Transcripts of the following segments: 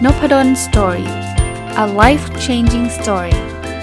Noppadan Story. A life-changing story.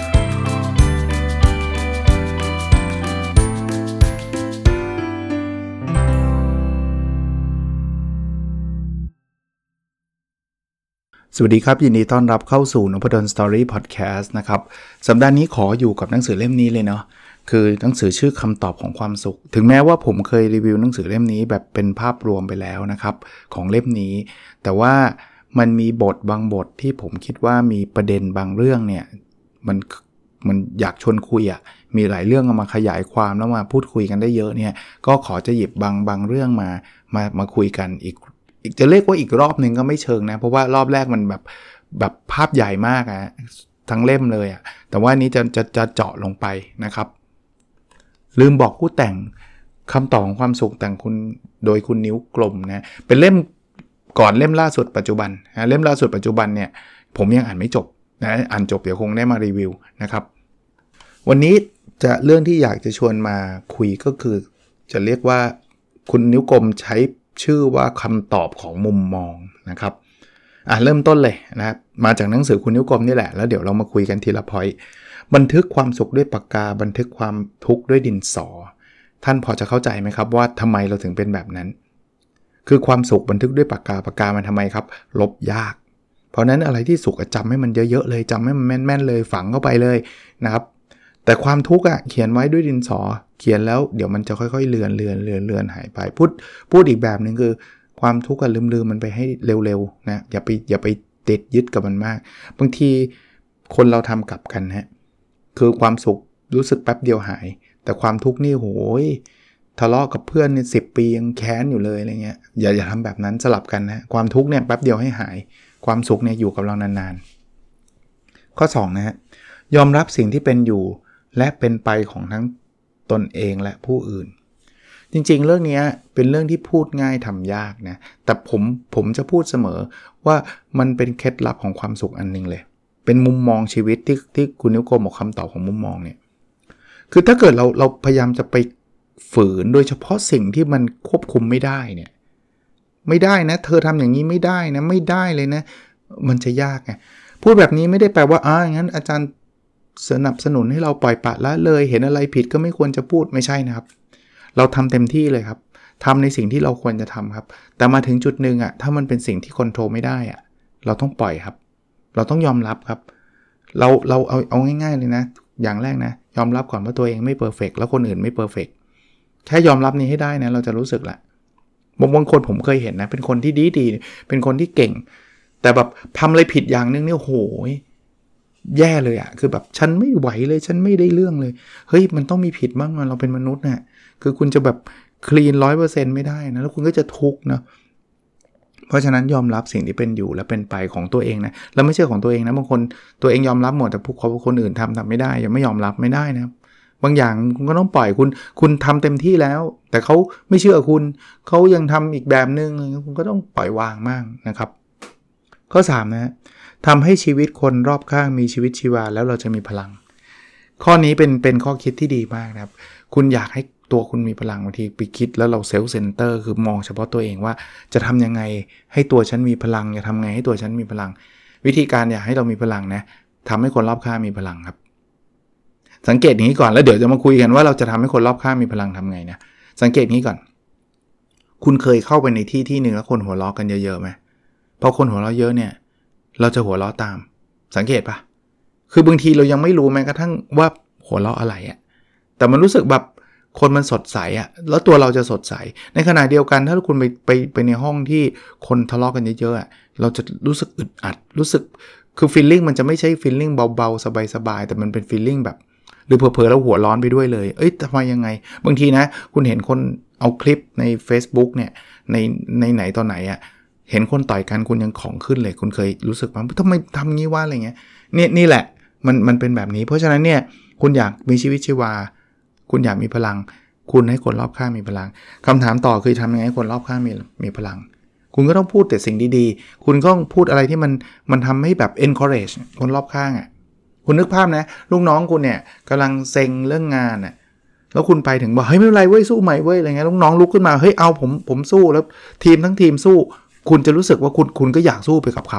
สวัสดีครับยินดีต้อนรับเข้าสู่ Noppadan Story Podcast นะครับสัปดาห์นี้ขออยู่กับหนังสือเล่มนี้เลยเนาะคือหนังสือชื่อคำตอบของความสุขถึงแม้ว่าผมเคยรีวิวหนังสือเล่มนี้แบบเป็นภาพรวมไปแล้วนะครับของเล่มนี้แต่ว่ามันมีบทบางบทที่ผมคิดว่ามีประเด็นบางเรื่องเนี่ยมันอยากชวนคุยอ่ะมีหลายเรื่องเอามาขยายความแล้วมาพูดคุยกันได้เยอะเนี่ยก็ขอจะหยิบบางเรื่องมาคุยกันอีกจะเรียกว่าอีกรอบนึงก็ไม่เชิงนะเพราะว่ารอบแรกมันแบบภาพใหญ่มากอะทั้งเล่มเลยอะแต่ว่านี้จะเจาะลงไปนะครับลืมบอกผู้แต่งคำตอบของความสุขแต่งคุณโดยคุณนิ้วกลมนะเป็นเล่มก่อนเล่มล่าสุดปัจจุบันนะเล่มล่าสุดปัจจุบันเนี่ยผมยังอ่านไม่จบนะอ่านจบเดี๋ยวคงได้มารีวิวนะครับวันนี้จะเรื่องที่อยากจะชวนมาคุยก็คือจะเรียกว่าคุณนิ้วกลมใช้ชื่อว่าคำตอบของมุมมองนะครับเริ่มต้นเลยนะครับมาจากหนังสือคุณนิ้วกลมนี่แหละแล้วเดี๋ยวเรามาคุยกันทีละพอยต์บันทึกความสุขด้วยปากกาบันทึกความทุกข์ด้วยดินสอท่านพอจะเข้าใจไหมครับว่าทำไมเราถึงเป็นแบบนั้นคือความสุขบันทึกด้วยปากกามันทำไมครับลบยากเพราะนั้นอะไรที่สุขจำให้มันเยอะๆเลยจำให้มันแม่นๆเลยฝังเข้าไปเลยนะครับแต่ความทุกข์เขียนไว้ด้วยดินสอเขียนแล้วเดี๋ยวมันจะค่อยๆเลือนหายไปพูดอีกแบบนึงคือความทุกข์ลืมมันไปให้เร็วๆนะอย่าไปติดยึดกับมันมากบางทีคนเราทำกลับกันฮะคือความสุขรู้สึกแป๊บเดียวหายแต่ความทุกข์นี่โหยทะเลาะกับเพื่อนเนี่ย10 ปียังแค้นอยู่เลยอะไรเงี้ยอย่าทำแบบนั้นสลับกันนะความทุกข์เนี่ยแป๊บเดียวให้หายความสุขเนี่ยอยู่กับเรานานๆข้อ2นะฮะยอมรับสิ่งที่เป็นอยู่และเป็นไปของทั้งตนเองและผู้อื่นจริงๆเรื่องนี้เป็นเรื่องที่พูดง่ายทำยากนะแต่ผมจะพูดเสมอว่ามันเป็นเคล็ดลับของความสุขอันนึงเลยเป็นมุมมองชีวิตที่คุณนิ้วกลมบอกคำตอบของมุมมองเนี่ยคือถ้าเกิดเราพยายามจะไปฝืนโดยเฉพาะสิ่งที่มันควบคุมไม่ได้เนี่ยไม่ได้นะเธอทำอย่างนี้ไม่ได้นะไม่ได้เลยนะมันจะยากไงพูดแบบนี้ไม่ได้แปลว่างั้นอาจารย์สนับสนุนให้เราปล่อยปละละเลยเห็นอะไรผิดก็ไม่ควรจะพูดไม่ใช่นะครับเราทำเต็มที่เลยครับทำในสิ่งที่เราควรจะทำครับแต่มาถึงจุดนึงถ้ามันเป็นสิ่งที่คอนโทรลไม่ได้เราต้องปล่อยครับเราต้องยอมรับครับเราเอาง่ายๆเลยนะอย่างแรกนะยอมรับก่อนว่าตัวเองไม่เพอร์เฟกต์แล้วคนอื่นไม่เพอร์เฟกต์แค่ยอมรับนี้ให้ได้นะเราจะรู้สึกละบางคนผมเคยเห็นนะเป็นคนที่ดีเป็นคนที่เก่งแต่แบบทำอะไรผิดอย่างนึงเนี่ยโหยแย่เลยคือแบบฉันไม่ไหวเลยฉันไม่ได้เรื่องเลยเฮ้ยมันต้องมีผิดบ้างนะเราเป็นมนุษย์นะคือคุณจะแบบคลีน 100% ไม่ได้นะแล้วคุณก็จะทุกข์นะเพราะฉะนั้นยอมรับสิ่งที่เป็นอยู่และเป็นไปของตัวเองนะแล้วไม่ใช่ของตัวเองนะบางคนตัวเองยอมรับหมดแต่พวกคนอื่นทำไม่ได้ยังไม่ยอมรับไม่ได้นะบางอย่างคุณก็ต้องปล่อยคุณทำเต็มที่แล้วแต่เขาไม่เชื่อคุณเขายังทำอีกแบบนึงคุณก็ต้องปล่อยวางมากนะครับข้อ3นะทำให้ชีวิตคนรอบข้างมีชีวิตชีวาแล้วเราจะมีพลังข้อนี้เป็นข้อคิดที่ดีมากนะครับคุณอยากให้ตัวคุณมีพลังบางทีไปคิดแล้วเราเซลฟ์เซนเตอร์คือมองเฉพาะตัวเองว่าจะทำยังไงให้ตัวฉันมีพลังจะทำไงให้ตัวฉันมีพลังวิธีการอยากให้เรามีพลังนะทำให้คนรอบข้างมีพลังครับสังเกตอย่างนี้ก่อนแล้วเดี๋ยวจะมาคุยกันว่าเราจะทำให้คนรอบข้างมีพลังทำไงนะสังเกตนี้ก่อนคุณเคยเข้าไปในที่นึงแล้วคนหัวเราะกันเยอะๆไหมพอคนหัวเราะเยอะเนี่ยเราจะหัวเราะตามสังเกตปะคือบางทีเรายังไม่รู้แม้กระทั่งว่าหัวเราะอะไรแต่มันรู้สึกแบบคนมันสดใสแล้วตัวเราจะสดใสในขณะเดียวกันถ้าคุณไปในห้องที่คนทะเลาะกันเยอะๆเราจะรู้สึกอึดอัดรู้สึกคือฟีลลิ่งมันจะไม่ใช่ฟีลลิ่งเบาๆสบายๆแต่มันเป็นฟีลลิ่งแบบหรือเผลอๆแล้วหัวร้อนไปด้วยเลยทำไมยังไงบางทีนะคุณเห็นคนเอาคลิปใน Facebook เนี่ยในไหนตอนไหนเห็นคนต่อยกันคุณยังของขึ้นเลยคุณเคยรู้สึกว่าทำไมทำงี้วะอะไรเงี้ยนี่แหละมันเป็นแบบนี้เพราะฉะนั้นเนี่ยคุณอยากมีชีวิตชีวาคุณอยากมีพลังคุณให้คนรอบข้างมีพลังคำถามต่อคือทำยังไงให้คนรอบข้างมีพลังคุณก็ต้องพูดแต่สิ่งดีๆคุณก็ต้องพูดอะไรที่มันทำให้แบบ encourage คนรอบข้างคุณนึกภาพนะลูกน้องคุณเนี่ยกำลังเซ็งเรื่องงานแล้วคุณไปถึงบอกเฮ้ยไม่เป็นไรเว้ยสู้ใหม่เว้ยอะไรเงี้ยลูกน้องลุกขึ้นมาเฮ้ยเอาผมสู้แล้วทีมทั้งทีมสู้คุณจะรู้สึกว่าคุณก็อยากสู้ไปกับเขา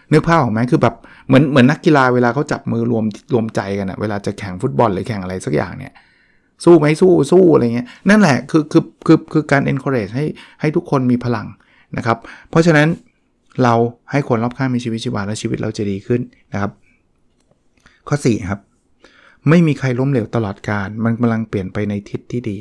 นึกภาพออกไหมคือแบบเหมือนนักกีฬาเวลาเขาจับมือรวมใจกันอะเวลาจะแข่งฟุตบอลหรือแข่งอะไรสักอย่างเนี่ยสู้ไหมสู้อะไรเงี้ยนั่นแหละคือการ encourage ให้ทุกคนมีพลังนะครับเพราะฉะนั้นเราให้คนรอบข้างมีชีวิตชีวาและชีวิตเราจะดีขึ้นนะครับข้อ4ครับไม่มีใครล้มเหลวตลอดกาลมันกำลังเปลี่ยนไปในทิศที่ดี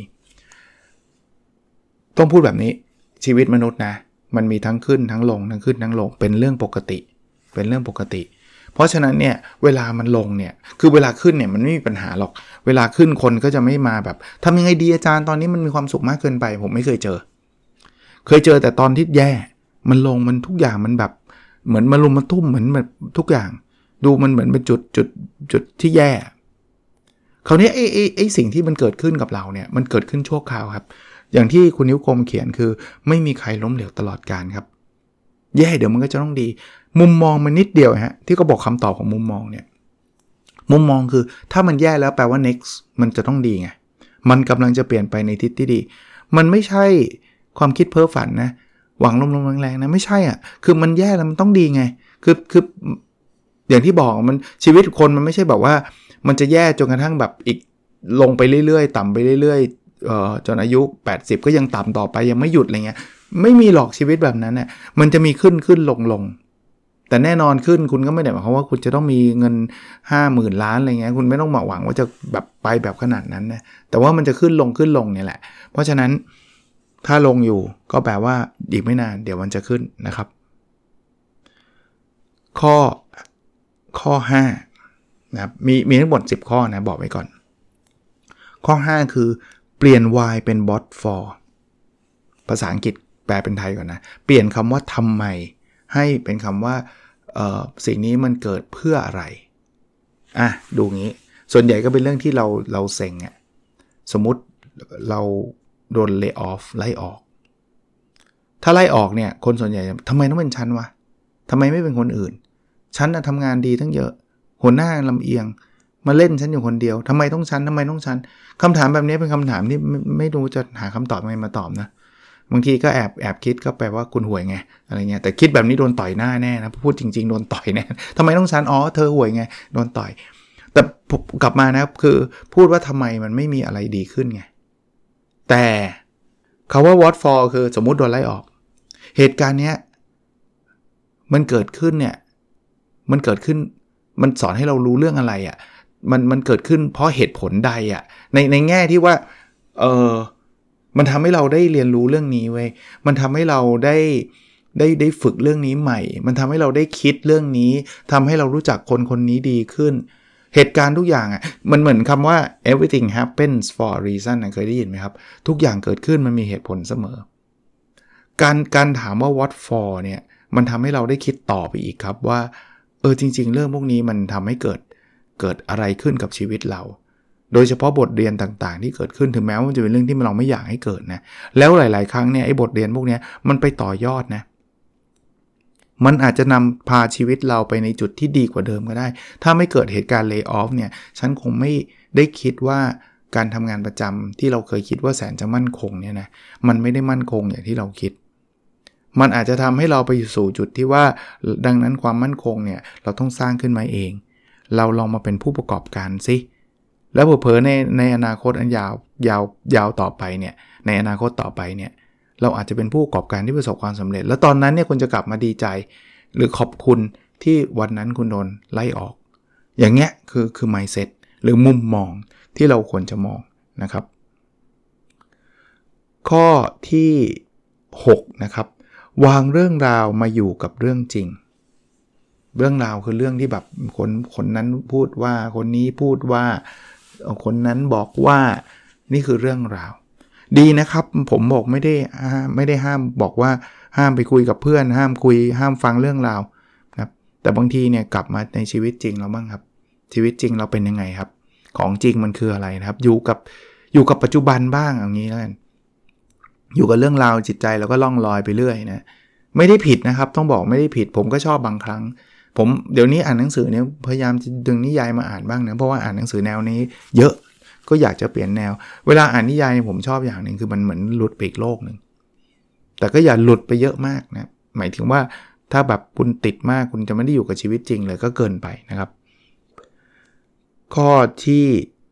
ต้องพูดแบบนี้ชีวิตมนุษย์นะมันมีทั้งขึ้นทั้งลงทั้งขึ้นทั้งลงเป็นเรื่องปกติเพราะฉะนั้นเนี่ยเวลามันลงเนี่ยคือเวลาขึ้นเนี่ยมันไม่มีปัญหาหรอกเวลาขึ้นคนก็จะไม่มาแบบทำยังไงดีอาจารย์ตอนนี้มันมีความสุขมากเกินไปผมไม่เคยเจอแต่ตอนที่แย่มันลงมันทุกอย่างมันแบบเหมือนมารุมมาทุ่มเหมือนแบบทุกอย่างดูมันเหมือนเป็นจุดที่แย่คราวนี้ไอ้สิ่งที่มันเกิดขึ้นกับเราเนี่ยมันเกิดขึ้นชั่วคราวครับอย่างที่คุณนิ้วกลมเขียนคือไม่มีใครล้มเหลวตลอดกาลครับแย่เดี๋ยวมันก็จะต้องดีมุมมองมันนิดเดียวฮะที่เขาบอกคำตอบของมุมมองเนี่ยมุมมองคือถ้ามันแย่แล้วแปลว่า next มันจะต้องดีไงมันกำลังจะเปลี่ยนไปในทิศที่ดีมันไม่ใช่ความคิดเพ้อฝันนะหวังลมๆแรงๆนะไม่ใช่อ่ะคือมันแย่แล้วมันต้องดีไงคืออย่างที่บอกมันชีวิตคนมันไม่ใช่แบบว่ามันจะแย่จนกระทั่งแบบอีกลงไปเรื่อยๆต่ำไปเรื่อยๆจนอายุ80ก็ยังต่ำต่อไปยังไม่หยุดอะไรเงี้ยไม่มีหรอกชีวิตแบบนั้นน่ะมันจะมีขึ้นลงแต่แน่นอนขึ้นคุณก็ไม่ได้หมายความว่าคุณจะต้องมีเงิน 50,000 ล้านอะไรเงี้ยคุณไม่ต้องหวังว่าจะแบบไปแบบขนาดนั้นนะแต่ว่ามันจะขึ้นลงเนี่ยแหละเพราะฉะนั้นถ้าลงอยู่ก็แปลว่าอีกไม่นานเดี๋ยวมันจะขึ้นนะครับข้อ5นะครับมีทั้งหมด10ข้อนะบอกไว้ก่อนข้อ5คือเปลี่ยน why เป็น what for ภาษาอังกฤษแปลเป็นไทยก่อนนะเปลี่ยนคำว่าทำไมให้เป็นคำว่าสิ่งนี้มันเกิดเพื่ออะไรดูงี้ส่วนใหญ่ก็เป็นเรื่องที่เราเซ็งอ่ะสมมุติเราโดน lay off ไล่ออกถ้าไล่ออกเนี่ยคนส่วนใหญ่ทำไมต้องเป็นฉันวะทำไมไม่เป็นคนอื่นฉันทำงานดีตั้งเยอะหัวหน้าลำเอียงมาเล่นฉันอยู่คนเดียวทำไมต้องฉันคำถามแบบนี้เป็นคำถามที่ไม่รู้จะหาคำตอบยังไงมาตอบนะบางทีก็แอบคิดก็แปลว่าคุณห่วยไงอะไรเงี้ยแต่คิดแบบนี้โดนต่อยหน้าแน่นะพูดจริงๆโดนต่อยแน่ทำไมต้องฉันเธอห่วยไงโดนต่อยแต่กลับมานะครับคือพูดว่าทำไมมันไม่มีอะไรดีขึ้นไงแต่คำว่า what for คือสมมุติโดนไล่ออกเหตุการณ์เนี้ยมันเกิดขึ้นเนี่ยมันสอนให้เรารู้เรื่องอะไรอ่ะมันเกิดขึ้นเพราะเหตุผลใดอ่ะในแง่ที่ว่ามันทำให้เราได้เรียนรู้เรื่องนี้เว้ยมันทำให้เราได้ฝึกเรื่องนี้ใหม่มันทำให้เราได้คิดเรื่องนี้ทำให้เรารู้จักคนนี้ดีขึ้นเหตุการณ์ทุกอย่างอ่ะมันเหมือนคำว่า everything happens for a reason เคยได้ยินไหมครับทุกอย่างเกิดขึ้นมันมีเหตุผลเสมอการถามว่า what for เนี่ยมันทำให้เราได้คิดต่อไปอีกครับว่าจริงๆเรื่องพวกนี้มันทำให้เกิดอะไรขึ้นกับชีวิตเราโดยเฉพาะบทเรียนต่างๆที่เกิดขึ้นถึงแม้ว่ามันจะเป็นเรื่องที่เราไม่อยากให้เกิดนะแล้วหลายๆครั้งเนี่ยไอ้บทเรียนพวกนี้มันไปต่อยอดนะมันอาจจะนำพาชีวิตเราไปในจุดที่ดีกว่าเดิมก็ได้ถ้าไม่เกิดเหตุการณ์ lay off เนี่ยฉันคงไม่ได้คิดว่าการทำงานประจำที่เราเคยคิดว่าแสนจะมั่นคงเนี่ยนะมันไม่ได้มั่นคงอย่างที่เราคิดมันอาจจะทำให้เราไปสู่จุดที่ว่าดังนั้นความมั่นคงเนี่ยเราต้องสร้างขึ้นมาเองเราลองมาเป็นผู้ประกอบการสิแล้วเผลอๆในอนาคตอันยาวต่อไปเนี่ยในอนาคตต่อไปเนี่ยเราอาจจะเป็นผู้ประกอบการที่ประสบความสำเร็จแล้วตอนนั้นเนี่ยคุณจะกลับมาดีใจหรือขอบคุณที่วันนั้นคุณโดนไล่ออกอย่างเงี้ยคือ mindset หรือมุมมองที่เราควรจะมองนะครับข้อที่6นะครับวางเรื่องราวมาอยู่กับเรื่องจริงเรื่องราวคือเรื่องที่แบบคนนั้นพูดว่าคนนี้พูดว่าคนนั้นบอกว่านี่คือเรื่องราวดีนะครับผมบอกไม่ได้ห้ามบอกว่าห้ามไปคุยกับเพื่อนห้ามฟังเรื่องราวครับแต่บางทีเนี่ยกลับมาในชีวิตจริงเราบ้างครับชีวิตจริงเราเป็นยังไงครับของจริงมันคืออะไรนะครับอยู่กับปัจจุบันบ้างอย่างนี้แล้วกันอยู่กับเรื่องราวจิตใจแล้วก็ล่องลอยไปเรื่อยนะไม่ได้ผิดนะครับต้องบอกไม่ได้ผิดผมก็ชอบบางครั้งผมเดี๋ยวนี้อ่านหนังสือเนี่ยพยายามจะดึงนิยายมาอ่านบ้างนะเพราะว่าอ่านหนังสือแนวนี้เยอะก็อยากจะเปลี่ยนแนวเวลาอ่านนิยายผมชอบอย่างนึงคือมันเหมือนหลุดไปอีกโลกนึงแต่ก็อย่าหลุดไปเยอะมากนะหมายถึงว่าถ้าแบบคุณติดมากคุณจะไม่ได้อยู่กับชีวิตจริงเลยก็เกินไปนะครับข้อที่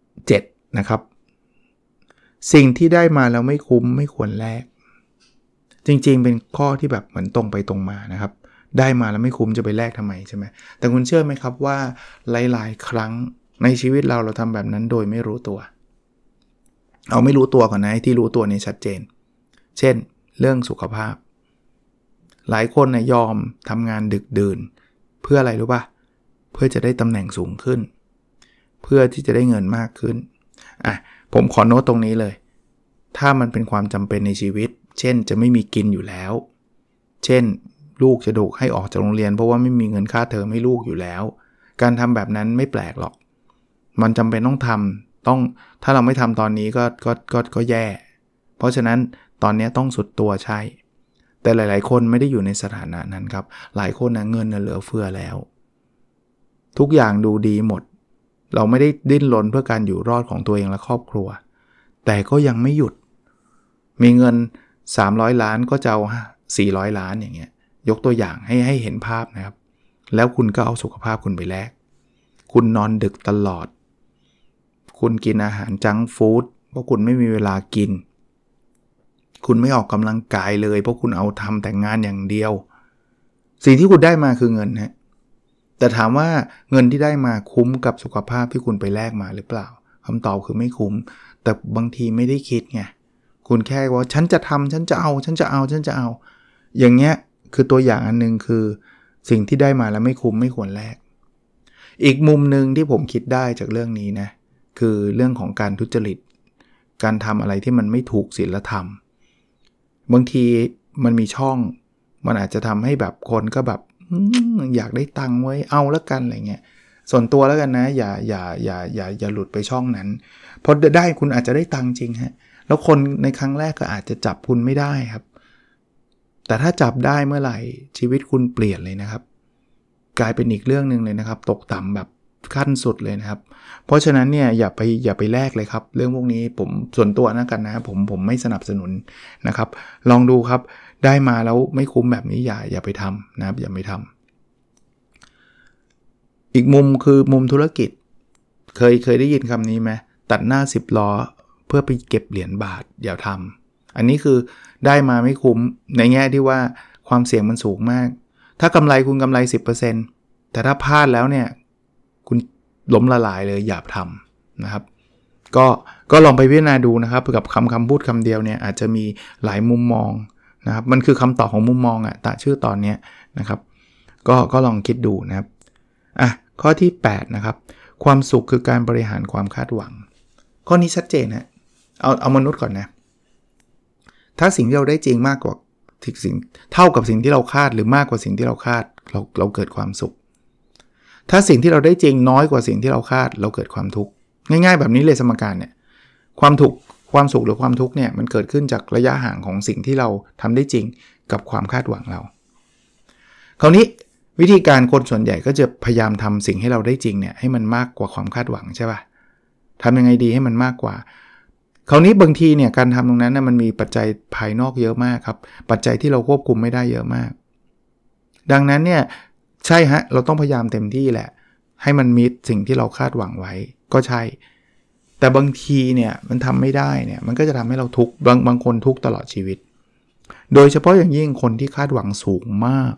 7นะครับสิ่งที่ได้มาแล้วไม่คุ้มไม่ควรแลกจริงๆเป็นข้อที่แบบเหมือนตรงไปตรงมานะครับได้มาแล้วไม่คุ้มจะไปแลกทำไมใช่ไหมแต่คุณเชื่อไหมครับว่าหลายๆครั้งในชีวิตเราทำแบบนั้นโดยไม่รู้ตัวเอาไม่รู้ตัวก่อนนะที่รู้ตัวนี่ชัดเจนเช่นเรื่องสุขภาพหลายคนยอมทำงานดึกดื่นเพื่ออะไรรู้ป่ะเพื่อจะได้ตำแหน่งสูงขึ้นเพื่อที่จะได้เงินมากขึ้นผมขอโน้ตตรงนี้เลยถ้ามันเป็นความจำเป็นในชีวิตเช่นจะไม่มีกินอยู่แล้วเช่นลูกจะถูกให้ออกจากโรงเรียนเพราะว่าไม่มีเงินค่าเทอมให้ลูกอยู่แล้วการทำแบบนั้นไม่แปลกหรอกมันจำเป็นต้องทำถ้าเราไม่ทำตอนนี้ก็แย่เพราะฉะนั้นตอนนี้ต้องสุดตัวใช่แต่หลายๆคนไม่ได้อยู่ในสถานะนั้นครับหลายคนเงินเหลือเฟือแล้วทุกอย่างดูดีหมดเราไม่ได้ดิ้นรนเพื่อการอยู่รอดของตัวเองและครอบครัวแต่ก็ยังไม่หยุดมีเงิน300ล้านก็จะเอา400ล้านอย่างเงี้ยยกตัวอย่างให้เห็นภาพนะครับแล้วคุณก็เอาสุขภาพคุณไปแลกคุณนอนดึกตลอดคุณกินอาหารจังก์ฟู้ดเพราะคุณไม่มีเวลากินคุณไม่ออกกำลังกายเลยเพราะคุณเอาทำแต่งานอย่างเดียวสิ่งที่คุณได้มาคือเงินฮะแต่ถามว่าเงินที่ได้มาคุ้มกับสุขภาพที่คุณไปแลกมาหรือเปล่าคำตอบคือไม่คุ้มแต่บางทีไม่ได้คิดไงคุณแค่ว่าฉันจะทำฉันจะเอาอย่างเงี้ยคือตัวอย่างอันนึงคือสิ่งที่ได้มาแล้วไม่คุ้มไม่ควรแลกอีกมุมนึงที่ผมคิดได้จากเรื่องนี้นะคือเรื่องของการทุจริตการทำอะไรที่มันไม่ถูกศีลธรรมบางทีมันมีช่องมันอาจจะทำให้แบบคนก็แบบอยากได้ตังค์ไว้เอาแล้วกันอะไรเงี้ยส่วนตัวแล้วกันนะอย่าหลุดไปช่องนั้นเพราะได้คุณอาจจะได้ตังค์จริงฮะแล้วคนในครั้งแรกก็อาจจะจับคุณไม่ได้ครับแต่ถ้าจับได้เมื่อไหร่ชีวิตคุณเปลี่ยนเลยนะครับกลายเป็นอีกเรื่องนึงเลยนะครับตกต่ำแบบขั้นสุดเลยนะครับเพราะฉะนั้นเนี่ยอย่าไปแลกเลยครับเรื่องพวกนี้ผมส่วนตัวนะกันนะผมไม่สนับสนุนนะครับลองดูครับได้มาแล้วไม่คุ้มแบบนี้อย่าไปทำนะครับอย่าไปทำอีกมุมคือมุมธุรกิจเคยได้ยินคำนี้ไหมตัดหน้า10ล้อเพื่อไปเก็บเหรียญบาทอย่าทำอันนี้คือได้มาไม่คุ้มในแง่ที่ว่าความเสี่ยงมันสูงมากถ้ากำไรคุณกำไร 10% แต่ถ้าพลาดแล้วเนี่ยคุณล้มละลายเลยอย่าทำนะครับก็ลองไปพิจารณาดูนะครับกับคำพูดคำเดียวเนี่ยอาจจะมีหลายมุมมองนะครับมันคือคำตอบของมุมมองตะชื่อตอนนี้นะครับก็ลองคิดดูนะครับข้อที่8นะครับความสุขคือการบริหารความคาดหวังข้อนี้ชัดเจนนะเอามนุษย์ก่อนนะถ้าสิ่งที่เราได้จริงมากกว่าสิ่งเท่ากับสิ่งที่เราคาดหรือมากกว่าสิ่งที่เราคาดเราเกิดความสุขถ้าสิ่งที่เราได้จริงน้อยกว่าสิ่งที่เราคาดเราเกิดความทุกข์ง่ายๆแบบนี้เลยสมการเนี่ยความสุขหรือความทุกข์เนี่ยมันเกิดขึ้นจากระยะห่างของสิ่งที่เราทำได้จริงกับความคาดหวังเราคราวนี้วิธีการคนส่วนใหญ่ก็จะพยายามทำสิ่งให้เราได้จริงเนี่ยให้มันมากกว่าความคาดหวังใช่ป่ะทำยังไงดีให้มันมากกว่าคราวนี้บางทีเนี่ยการทำตรงนั้นมันมีปัจจัยภายนอกเยอะมากครับปัจจัยที่เราควบคุมไม่ได้เยอะมากดังนั้นเนี่ยใช่ฮะเราต้องพยายามเต็มที่แหละให้มันมิตรสิ่งที่เราคาดหวังไว้ก็ใช่แต่บางทีเนี่ยมันทำไม่ได้เนี่ยมันก็จะทำให้เราทุกข์บางคนทุกข์ตลอดชีวิตโดยเฉพาะอย่างยิ่งคนที่คาดหวังสูงมาก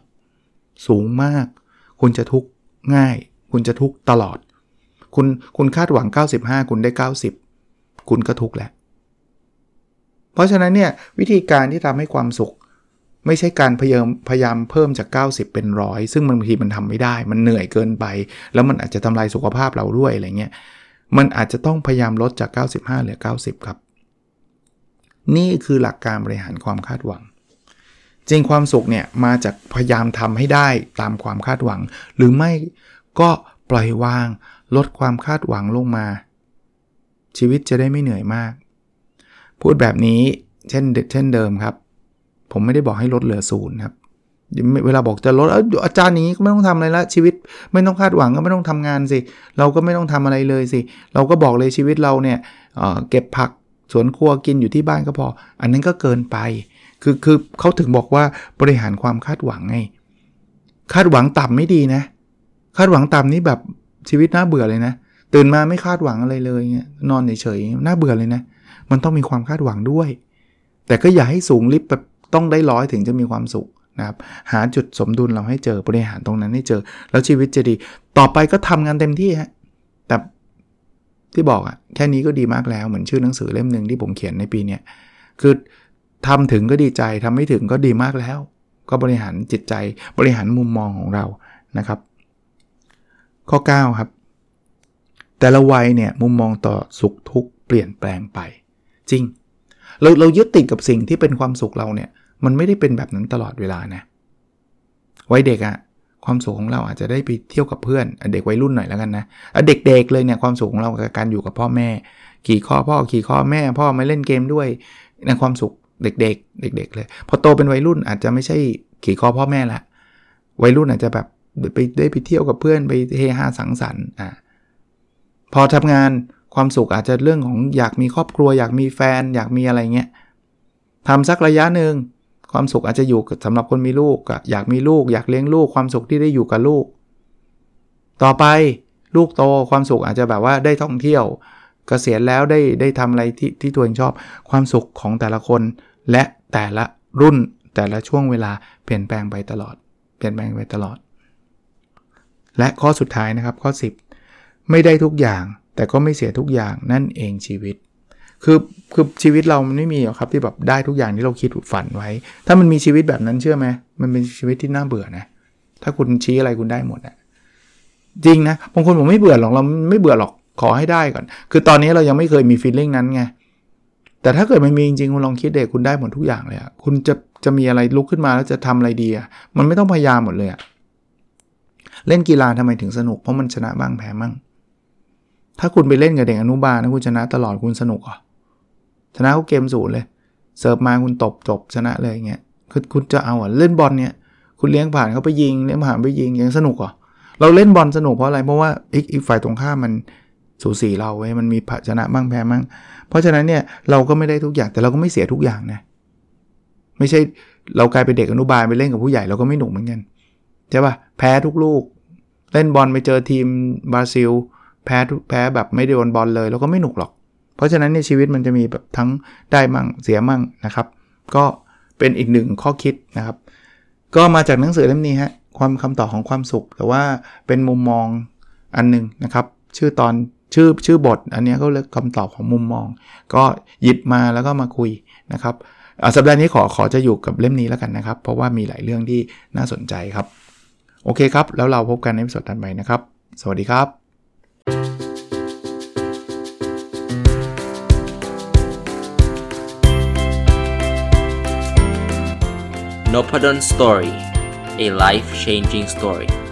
คุณจะทุกข์ง่ายคุณจะทุกข์ตลอดคุณคาดหวัง95คุณได้90คุณก็ทุกข์แล้วเพราะฉะนั้นเนี่ยวิธีการที่ทำให้ความสุขไม่ใช่การพยายามเพิ่มจาก90เป็น100ซึ่งบางทีมันทำไม่ได้มันเหนื่อยเกินไปแล้วมันอาจจะทำลายสุขภาพเราด้วยอะไรเงี้ยมันอาจจะต้องพยายามลดจาก95เหลือ90ครับนี่คือหลักการบริหารความคาดหวังจริงความสุขเนี่ยมาจากพยายามทำให้ได้ตามความคาดหวังหรือไม่ก็ปล่อยวางลดความคาดหวังลงมาชีวิตจะได้ไม่เหนื่อยมากพูดแบบนี้เช่นเดิมครับผมไม่ได้บอกให้ลดเหลือ0ครับเวลาบอกจะลดอาจารย์นี้ก็ไม่ต้องทำอะไรละชีวิตไม่ต้องคาดหวังก็ไม่ต้องทำงานสิเราก็ไม่ต้องทำอะไรเลยสิเราก็บอกเลยชีวิตเราเนี่ยเก็บผักสวนครัวกินอยู่ที่บ้านก็พออันนั้นก็เกินไปคือเขาถึงบอกว่าบริหารความคาดหวังไงคาดหวังต่ำไม่ดีนะคาดหวังต่ำนี่แบบชีวิตน่าเบื่อเลยนะตื่นมาไม่คาดหวังอะไรเลยเงี้ยนอนเฉยๆน่าเบื่อเลยนะมันต้องมีความคาดหวังด้วยแต่ก็อย่าให้สูงลิบแบบต้องได้100ถึงจะมีความสุขนะครับหาจุดสมดุลเราให้เจอบริหารตรงนั้นให้เจอแล้วชีวิตจะดีต่อไปก็ทำงานเต็มที่ฮะแต่ที่บอกอะแค่นี้ก็ดีมากแล้วเหมือนชื่อหนังสือเล่มนึงที่ผมเขียนในปีนี้คือทำถึงก็ดีใจทำไม่ถึงก็ดีมากแล้วก็บริหารจิตใจบริหารมุมมองของเรานะครับข้อ9ครับแต่ละวัยเนี่ยมุมมองต่อสุขทุกข์เปลี่ยนแปลงไปจริงเรายึดติดกับสิ่งที่เป็นความสุขเราเนี่ยมันไม่ได้เป็นแบบนั้นตลอดเวลานะวัยเด็กอะความสุขของเราอาจจะได้ไปเที่ยวกับเพื่อนเด็กวัยรุ่นหน่อยแล้วกันนะเด็กๆเลยเนี่ยความสุขของเราคือการอยู่กับพ่อแม่ขี่คอพ่อขี่คอแม่พ่อมาเล่นเกมด้วยในความสุขเด็กเลยพอโตเป็นวัยรุ่นอาจจะไม่ใช่ขี่คอพ่อแม่ละวัยรุ่นอาจจะแบบได้ไปเที่ยวกับเพื่อนไปเฮฮาสังสรรค์พอทำงานความสุขอาจจะเรื่องของอยากมีครอบครัวอยากมีแฟนอยากมีอะไรเงี้ยทำสักระยะนึงความสุขอาจจะอยู่สำหรับคนมีลูกอยากมีลูกอยากเลี้ยงลูกความสุขที่ได้อยู่กับลูกต่อไปลูกโตความสุขอาจจะแบบว่าได้ท่องเที่ยวเกษียณแล้วได้ทำอะไรที่ตัวเองชอบความสุขของแต่ละคนและแต่ละรุ่นแต่ละช่วงเวลาเปลี่ยนแปลงไปตลอดและข้อสุดท้ายนะครับข้อ10ไม่ได้ทุกอย่างแต่ก็ไม่เสียทุกอย่างนั่นเองชีวิตคือชีวิตเรามันไม่มีหรอกครับที่แบบได้ทุกอย่างที่เราคิดฝันไว้ถ้ามันมีชีวิตแบบนั้นเชื่อไหมมันเป็นชีวิตที่น่าเบื่อนะถ้าคุณชี้อะไรคุณได้หมดนะจริงนะบางคนผมไม่เบื่อหรอกเราไม่เบื่อหรอกขอให้ได้ก่อนคือตอนนี้เรายังไม่เคยมี feeling นั้นไงแต่ถ้าเกิดมันมีจริงๆคุณลองคิดเด็กคุณได้หมดทุกอย่างเลยอ่ะคุณจะมีอะไรลุกขึ้นมาแล้วจะทำอะไรดีอ่ะมันไม่ต้องพยายามหมดเลยอ่ะเล่นกีฬาทำไมถึงสนุกเพราะมันชนะบ้างแพ้บ้างถ้าคุณไปเล่นกับเด็กอนุบาลนะคุณชนะตลอดคุณสนุกเหรอชนะเขาเกม0เลยเสิร์ฟมาคุณตบจบชนะเลยอย่างเงี้ยคือคุณจะเอาเล่นบอลเนี่ยคุณเลี้ยงผ่านเขาไปยิงเลี้ยงผ่านไปยิงยังสนุกเหรอเราเล่นบอลสนุกเพราะอะไรเพราะว่าอีกฝ่ายตรงข้ามมันสูสีเราเว้ยมันมีชนะบ้างแพ้บ้างเพราะฉะนั้นเนี่ยเราก็ไม่ได้ทุกอย่างแต่เราก็ไม่เสียทุกอย่างนะไม่ใช่เรากลายเป็นเด็กอนุบาลไปเล่นกับผู้ใหญ่เราก็ไม่หนุกเหมือนกันใช่ป่ะแพ้ทุกลูกเล่นบอลไปเจอทีมบราซิลแพ้แบบไม่ได้โดนบอลเลยเราก็ไม่หนุกหรอกเพราะฉะนั้นในชีวิตมันจะมีแบบทั้งได้มั่งเสียมั่งนะครับก็เป็นอีกหนึ่งข้อคิดนะครับก็มาจากหนังสือเล่มนี้ฮะคำตอบของความสุขแต่ว่าเป็นมุมมองอันนึงนะครับชื่อบทอันนี้ก็เรียกคำตอบของมุมมองก็หยิบมาแล้วก็มาคุยนะครับสัปดาห์นี้ขอจะอยู่กับเล่มนี้แล้วกันนะครับเพราะว่ามีหลายเรื่องที่น่าสนใจครับโอเคครับแล้วเราพบกันในตอนถัดไปนะครับสวัสดีครับ Nopadon Story, a life-changing story.